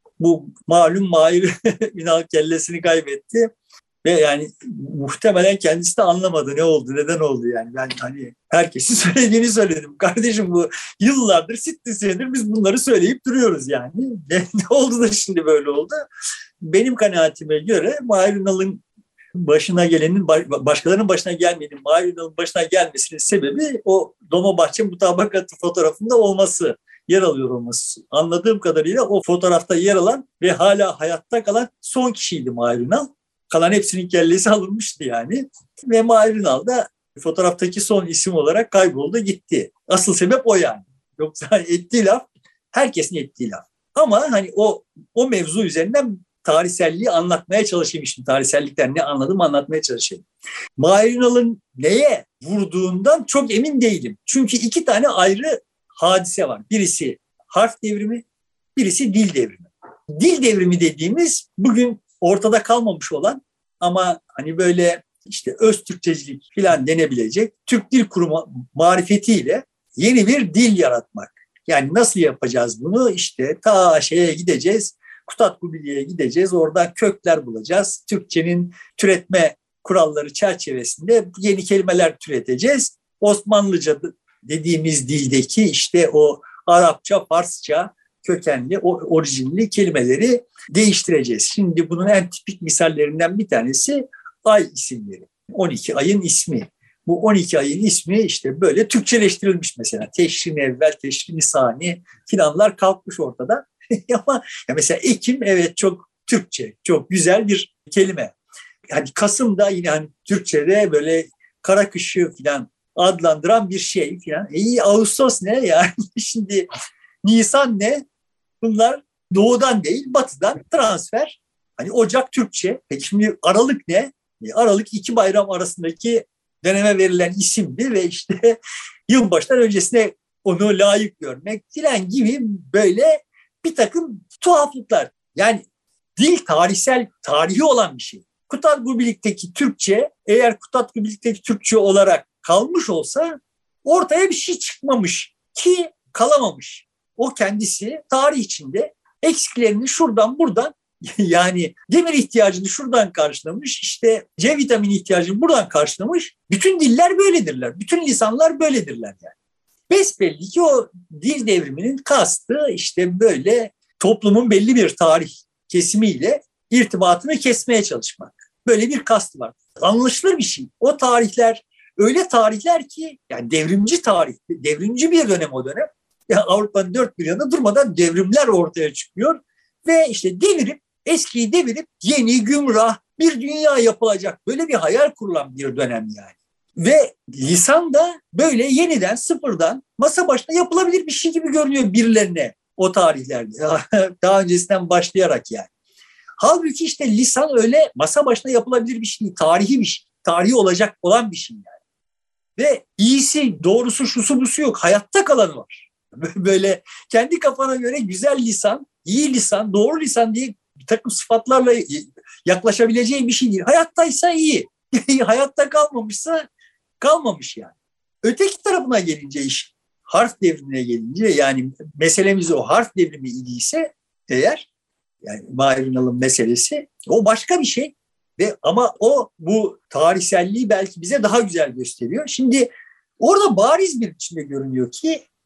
Bu malum Mahir Ünal kellesini kaybetti. Ve yani muhtemelen kendisi de anlamadı ne oldu, neden oldu yani. Ben hani herkesin söylediğini söyledim. Kardeşim bu yıllardır, sitti senedir biz bunları söyleyip duruyoruz yani. Ne, ne oldu da şimdi böyle oldu? Benim kanaatime göre Mahir Ünal'ın başına gelenin, başkalarının başına gelmeyenin Mahir Ünal'ın başına gelmesinin sebebi o Dolmabahçe mutabakatı fotoğrafında olması, yer alıyor olması. Anladığım kadarıyla o fotoğrafta yer alan ve hala hayatta kalan son kişiydi Mahir Ünal. Kalan hepsinin kellesi alınmıştı yani. Ve Mahir Ünal da fotoğraftaki son isim olarak kayboldu gitti. Asıl sebep o yani. Yoksa ettiği laf, herkesin ettiği laf. Ama hani o o mevzu üzerinden tarihselliği anlatmaya çalışayım işte. Tarihsellikten ne anladım anlatmaya çalışayım. Mahir Ünal'ın neye vurduğundan çok emin değilim. Çünkü iki tane ayrı hadise var. Birisi harf devrimi, birisi dil devrimi. Dil devrimi dediğimiz bugün ortada kalmamış olan ama hani böyle işte öz Türkçecilik falan denebilecek Türk Dil Kurumu marifetiyle yeni bir dil yaratmak. Yani nasıl yapacağız bunu? İşte ta şeye gideceğiz, Kutatkubili'ye gideceğiz, oradan kökler bulacağız. Türkçenin türetme kuralları çerçevesinde yeni kelimeler türeteceğiz. Osmanlıca dediğimiz dildeki işte o Arapça, Farsça kökenli, o orijinli kelimeleri değiştireceğiz. Şimdi bunun en tipik misallerinden bir tanesi ay isimleri. on iki ayın ismi. Bu on iki ayın ismi işte böyle Türkçeleştirilmiş mesela. Teşrin evvel, teşrin sani filanlar kalkmış ortada. Ama ya mesela Ekim evet çok Türkçe, çok güzel bir kelime. Yani Kasım da yine hani Türkçe'de böyle kara kışı filan adlandıran bir şey filan. İyi, Ağustos ne yani? Şimdi Nisan ne? Bunlar doğudan değil, batıdan transfer. Hani Ocak Türkçe. Peki şimdi Aralık ne? Aralık iki bayram arasındaki döneme verilen isimdi ve işte yılbaşından öncesine onu layık görmek filan gibi böyle bir takım tuhaflıklar. Yani dil tarihsel, tarihi olan bir şey. Kutatkubilik'teki Türkçe eğer Kutatkubilik'teki Türkçe olarak kalmış olsa ortaya bir şey çıkmamış ki kalamamış. O kendisi tarih içinde eksiklerini şuradan buradan yani demir ihtiyacını şuradan karşılamış, işte C vitamini ihtiyacını buradan karşılamış. Bütün diller böyledirler, bütün lisanlar böyledirler yani. Besbelli ki o dil devriminin kastı işte böyle toplumun belli bir tarih kesimiyle irtibatını kesmeye çalışmak. Böyle bir kastı var. Anlaşılır bir şey. O tarihler öyle tarihler ki yani devrimci tarih, devrimci bir dönem o dönem. Yani Avrupa'nın dört bir yanında durmadan devrimler ortaya çıkıyor ve işte devirip, eskiyi devirip yeni, gümrah bir dünya yapılacak. Böyle bir hayal kurulan bir dönem yani. Ve lisan da böyle yeniden sıfırdan masa başına yapılabilir bir şey gibi görünüyor birilerine o tarihlerde. Daha öncesinden başlayarak yani. Halbuki işte lisan öyle masa başına yapılabilir bir şey, tarihi bir şey, tarihi olacak olan bir şey yani. Ve iyisi, doğrusu, şusu busu yok. Hayatta kalanı var. Böyle kendi kafana göre güzel lisan, iyi lisan, doğru lisan diye bir takım sıfatlarla yaklaşabileceği bir şey değil. Hayattaysa iyi. Hayatta kalmamışsa kalmamış yani. Öteki tarafına gelince iş, harf devrimine gelince yani meselemiz o harf devrimi idiyse eğer, yani Mahir Ünal'ın meselesi o başka bir şey ve ama o bu tarihselliği belki bize daha güzel gösteriyor. Şimdi orada bariz bir biçimde görünüyor ki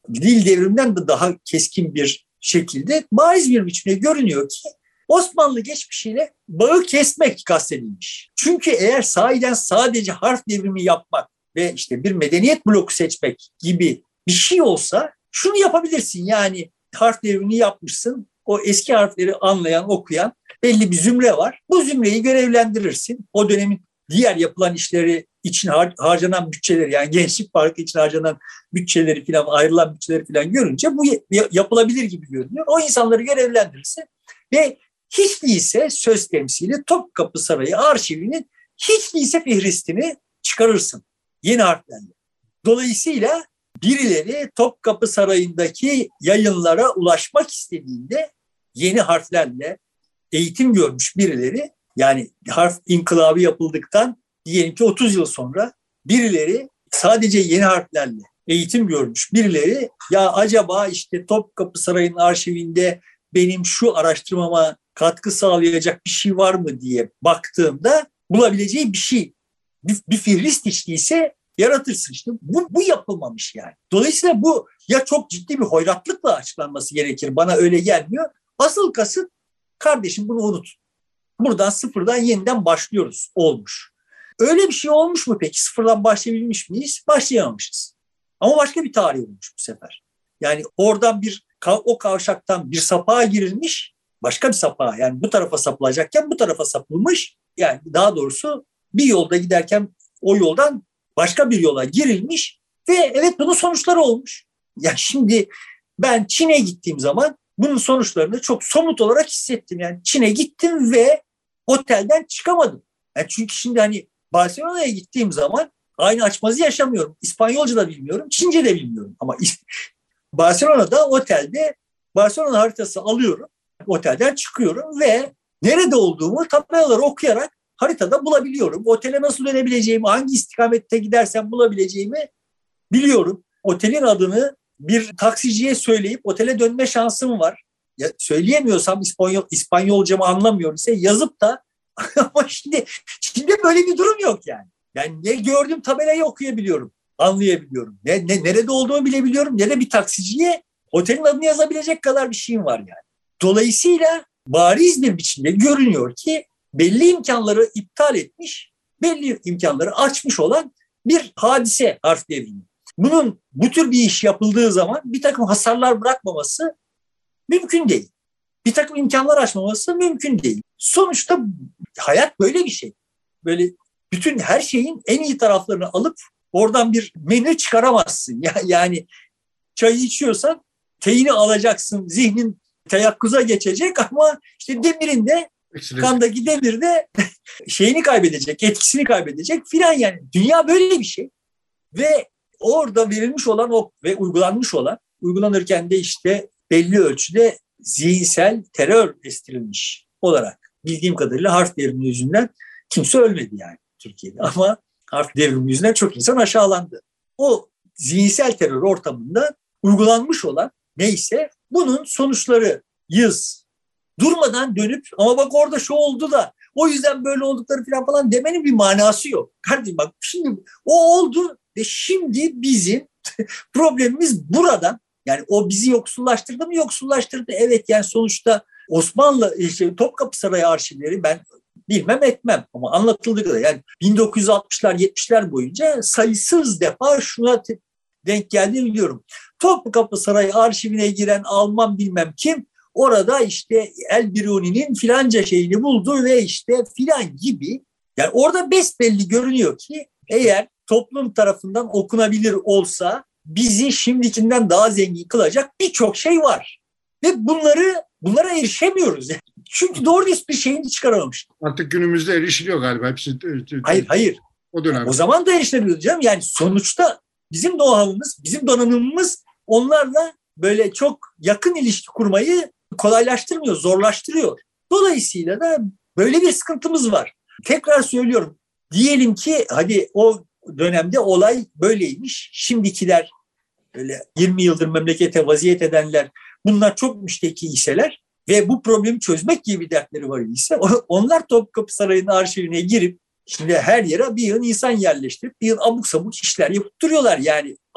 dil devriminden de daha keskin bir şekilde bariz bir biçimde görünüyor ki Osmanlı geçmişiyle bağı kesmek kastedilmiş. Çünkü eğer sahiden sadece harf devrimi yapmak ve işte bir medeniyet bloku seçmek gibi bir şey olsa şunu yapabilirsin. Yani harf devrimini yapmışsın. O eski harfleri anlayan, okuyan belli bir zümre var. Bu zümreyi görevlendirirsin. O dönemin diğer yapılan işleri için har- harcanan bütçeleri, yani Gençlik Parkı için harcanan bütçeleri falan, ayrılan bütçeleri falan görünce bu yapılabilir gibi görünüyor. O insanları görevlendirirsin ve hiç değilse söz temsili Topkapı Sarayı arşivinin hiç değilse fihristini çıkarırsın yeni harflerle. Dolayısıyla birileri Topkapı Sarayı'ndaki yayınlara ulaşmak istediğinde yeni harflerle eğitim görmüş birileri, yani harf inkılabı yapıldıktan diyelim ki otuz yıl sonra birileri sadece yeni harflerle eğitim görmüş birileri, ya acaba işte Topkapı Sarayı'nın arşivinde benim şu araştırmama katkı sağlayacak bir şey var mı diye baktığımda bulabileceği bir şey, bir, bir fihrist hiç değilse yaratırsın. İşte bu, bu yapılmamış yani. Dolayısıyla bu ya çok ciddi bir hoyratlıkla açıklanması gerekir. Bana öyle gelmiyor. Asıl kasıt, kardeşim bunu unut. Buradan sıfırdan yeniden başlıyoruz olmuş. Öyle bir şey olmuş mu peki? Sıfırdan başlayabilmiş miyiz? Başlayamamışız. Ama başka bir tarih olmuş bu sefer. Yani oradan bir, o kavşaktan bir sapağa girilmiş, başka bir sapağa, yani bu tarafa sapılacakken bu tarafa sapılmış. Yani daha doğrusu bir yolda giderken o yoldan başka bir yola girilmiş ve evet bunun sonuçları olmuş. Yani şimdi ben Çin'e gittiğim zaman bunun sonuçlarını çok somut olarak hissettim. Yani Çin'e gittim ve otelden çıkamadım. Yani çünkü şimdi hani Barcelona'ya gittiğim zaman aynı açmazı yaşamıyorum. İspanyolca da bilmiyorum, Çince de bilmiyorum. Ama Barcelona'da otelde Barcelona haritası alıyorum. Otelden çıkıyorum ve nerede olduğumu tabelaları okuyarak haritada bulabiliyorum. Otele nasıl dönebileceğimi, hangi istikamette gidersem bulabileceğimi biliyorum. Otelin adını bir taksiciye söyleyip otele dönme şansım var. Ya, söyleyemiyorsam, İspanyol, İspanyolcamı anlamıyorum ise yazıp da ama şimdi, şimdi böyle bir durum yok yani. Yani ne gördüğüm tabelayı okuyabiliyorum, anlayabiliyorum. Ne, ne nerede olduğumu bilebiliyorum, ne de bir taksiciye otelin adını yazabilecek kadar bir şeyim var yani. Dolayısıyla bariz bir biçimde görünüyor ki belli imkanları iptal etmiş, belli imkanları açmış olan bir hadise harf devrimi. Bunun bu tür bir iş yapıldığı zaman bir takım hasarlar bırakmaması mümkün değil. Bir takım imkanlar açmaması mümkün değil. Sonuçta hayat böyle bir şey. Böyle bütün her şeyin en iyi taraflarını alıp oradan bir menü çıkaramazsın. Yani çayı içiyorsan teyini alacaksın, zihnin teyakkuza geçecek ama işte demirin de, kandaki demir de şeyini kaybedecek, etkisini kaybedecek filan yani. Dünya böyle bir şey. Ve orada verilmiş olan o ve uygulanmış olan, uygulanırken de işte belli ölçüde zihinsel terör estirilmiş olarak, bildiğim kadarıyla harf devrimi yüzünden kimse ölmedi yani Türkiye'de, ama harf devrimi yüzünden çok insan aşağılandı. O zihinsel terör ortamında uygulanmış olan neyse bunun sonuçları yız. Durmadan dönüp ama bak orada şu oldu da o yüzden böyle oldukları falan falan demenin bir manası yok. Kardeşim bak şimdi o oldu ve şimdi bizim problemimiz buradan. Yani o bizi yoksullaştırdı mı? Yoksullaştırdı. Evet, yani sonuçta Osmanlı işte Topkapı Sarayı arşivleri ben bilmem etmem ama anlatıldığı kadar yani bin dokuz yüz altmışlar yetmişler boyunca sayısız defa şuna te- denk geldiğini biliyorum. Topkapı Sarayı arşivine giren Alman bilmem kim orada işte El-Biruni'nin filanca şeyini buldu ve işte filan gibi. Yani orada besbelli görünüyor ki eğer toplum tarafından okunabilir olsa bizi şimdikinden daha zengin kılacak birçok şey var. Ve bunları bunlara erişemiyoruz. Çünkü doğru bir şeyini çıkaramamış. Artık günümüzde erişiliyor galiba. Hepsi, hayır, hayır. O dönem. O zaman da erişilebiliyor canım. Yani sonuçta bizim know-how'ımız, bizim donanımımız onlarla böyle çok yakın ilişki kurmayı kolaylaştırmıyor, zorlaştırıyor. Dolayısıyla da böyle bir sıkıntımız var. Tekrar söylüyorum. Diyelim ki hadi o dönemde olay böyleymiş. Şimdikiler öyle yirmi yıldır memlekete vaziyet edenler bunlar çok müşteki iseler ve bu problemi çözmek gibi bir dertleri var ise onlar Topkapı Sarayı'nın arşivine girip şimdi her yere bir yığın insan yerleştirip bir yığın abuk sabuk işler yapıp duruyorlar. Yani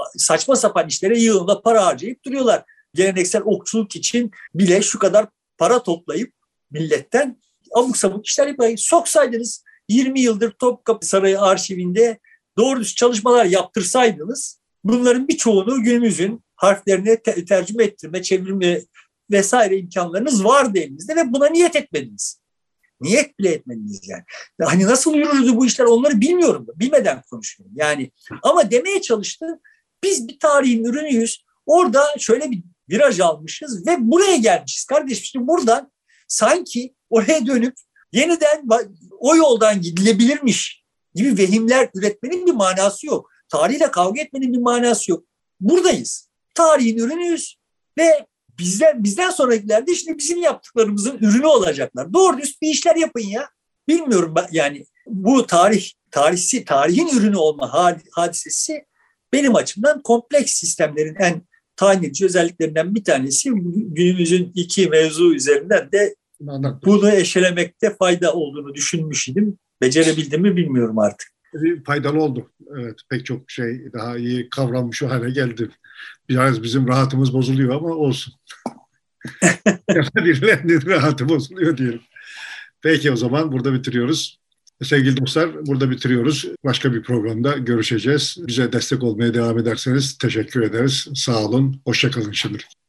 saçma sapan işlere yığınla para harcayıp duruyorlar. Geleneksel okçuluk için bile şu kadar para toplayıp milletten abuk sabuk işler yapıyor. Soksaydınız yirmi yıldır Topkapı Sarayı arşivinde doğru düz çalışmalar yaptırsaydınız bunların birçoğunu günümüzün harflerine te- tercüme ettirme, çevirme vesaire imkanlarınız vardı elinizde ve buna niyet etmediniz. Niyet bile etmediniz yani. Hani nasıl yürürdü bu işler onları bilmiyorum. Bilmeden konuşuyorum. Yani ama demeye çalıştım. Biz bir tarihin ürünüyüz. Orada şöyle bir viraj almışız ve buraya gelmişiz. Kardeşim işte buradan sanki oraya dönüp yeniden o yoldan gidilebilirmiş gibi vehimler üretmenin bir manası yok. Tarihle kavga etmenin bir manası yok. Buradayız. Tarihin ürünüyüz ve bizden, bizden sonrakiler de işte bizim yaptıklarımızın ürünü olacaklar. Doğru düz bir işler yapın ya. Bilmiyorum ben, yani bu tarih, tarihsi, tarihin ürünü olma hadisesi benim açımdan kompleks sistemlerin en tayin edici özelliklerinden bir tanesi. Günümüzün iki mevzu üzerinden de bunu eşelemekte fayda olduğunu düşünmüş idim. Becerebildim mi bilmiyorum artık. Faydalı oldu. Evet, pek çok şey daha iyi kavranmış o hale geldi. Biraz bizim rahatımız bozuluyor ama olsun. Birilerinin rahatı bozuluyor diyelim. Peki o zaman burada bitiriyoruz. Sevgili dostlar burada bitiriyoruz. Başka bir programda görüşeceğiz. Bize destek olmaya devam ederseniz teşekkür ederiz. Sağ olun. Hoşça kalın şimdilik.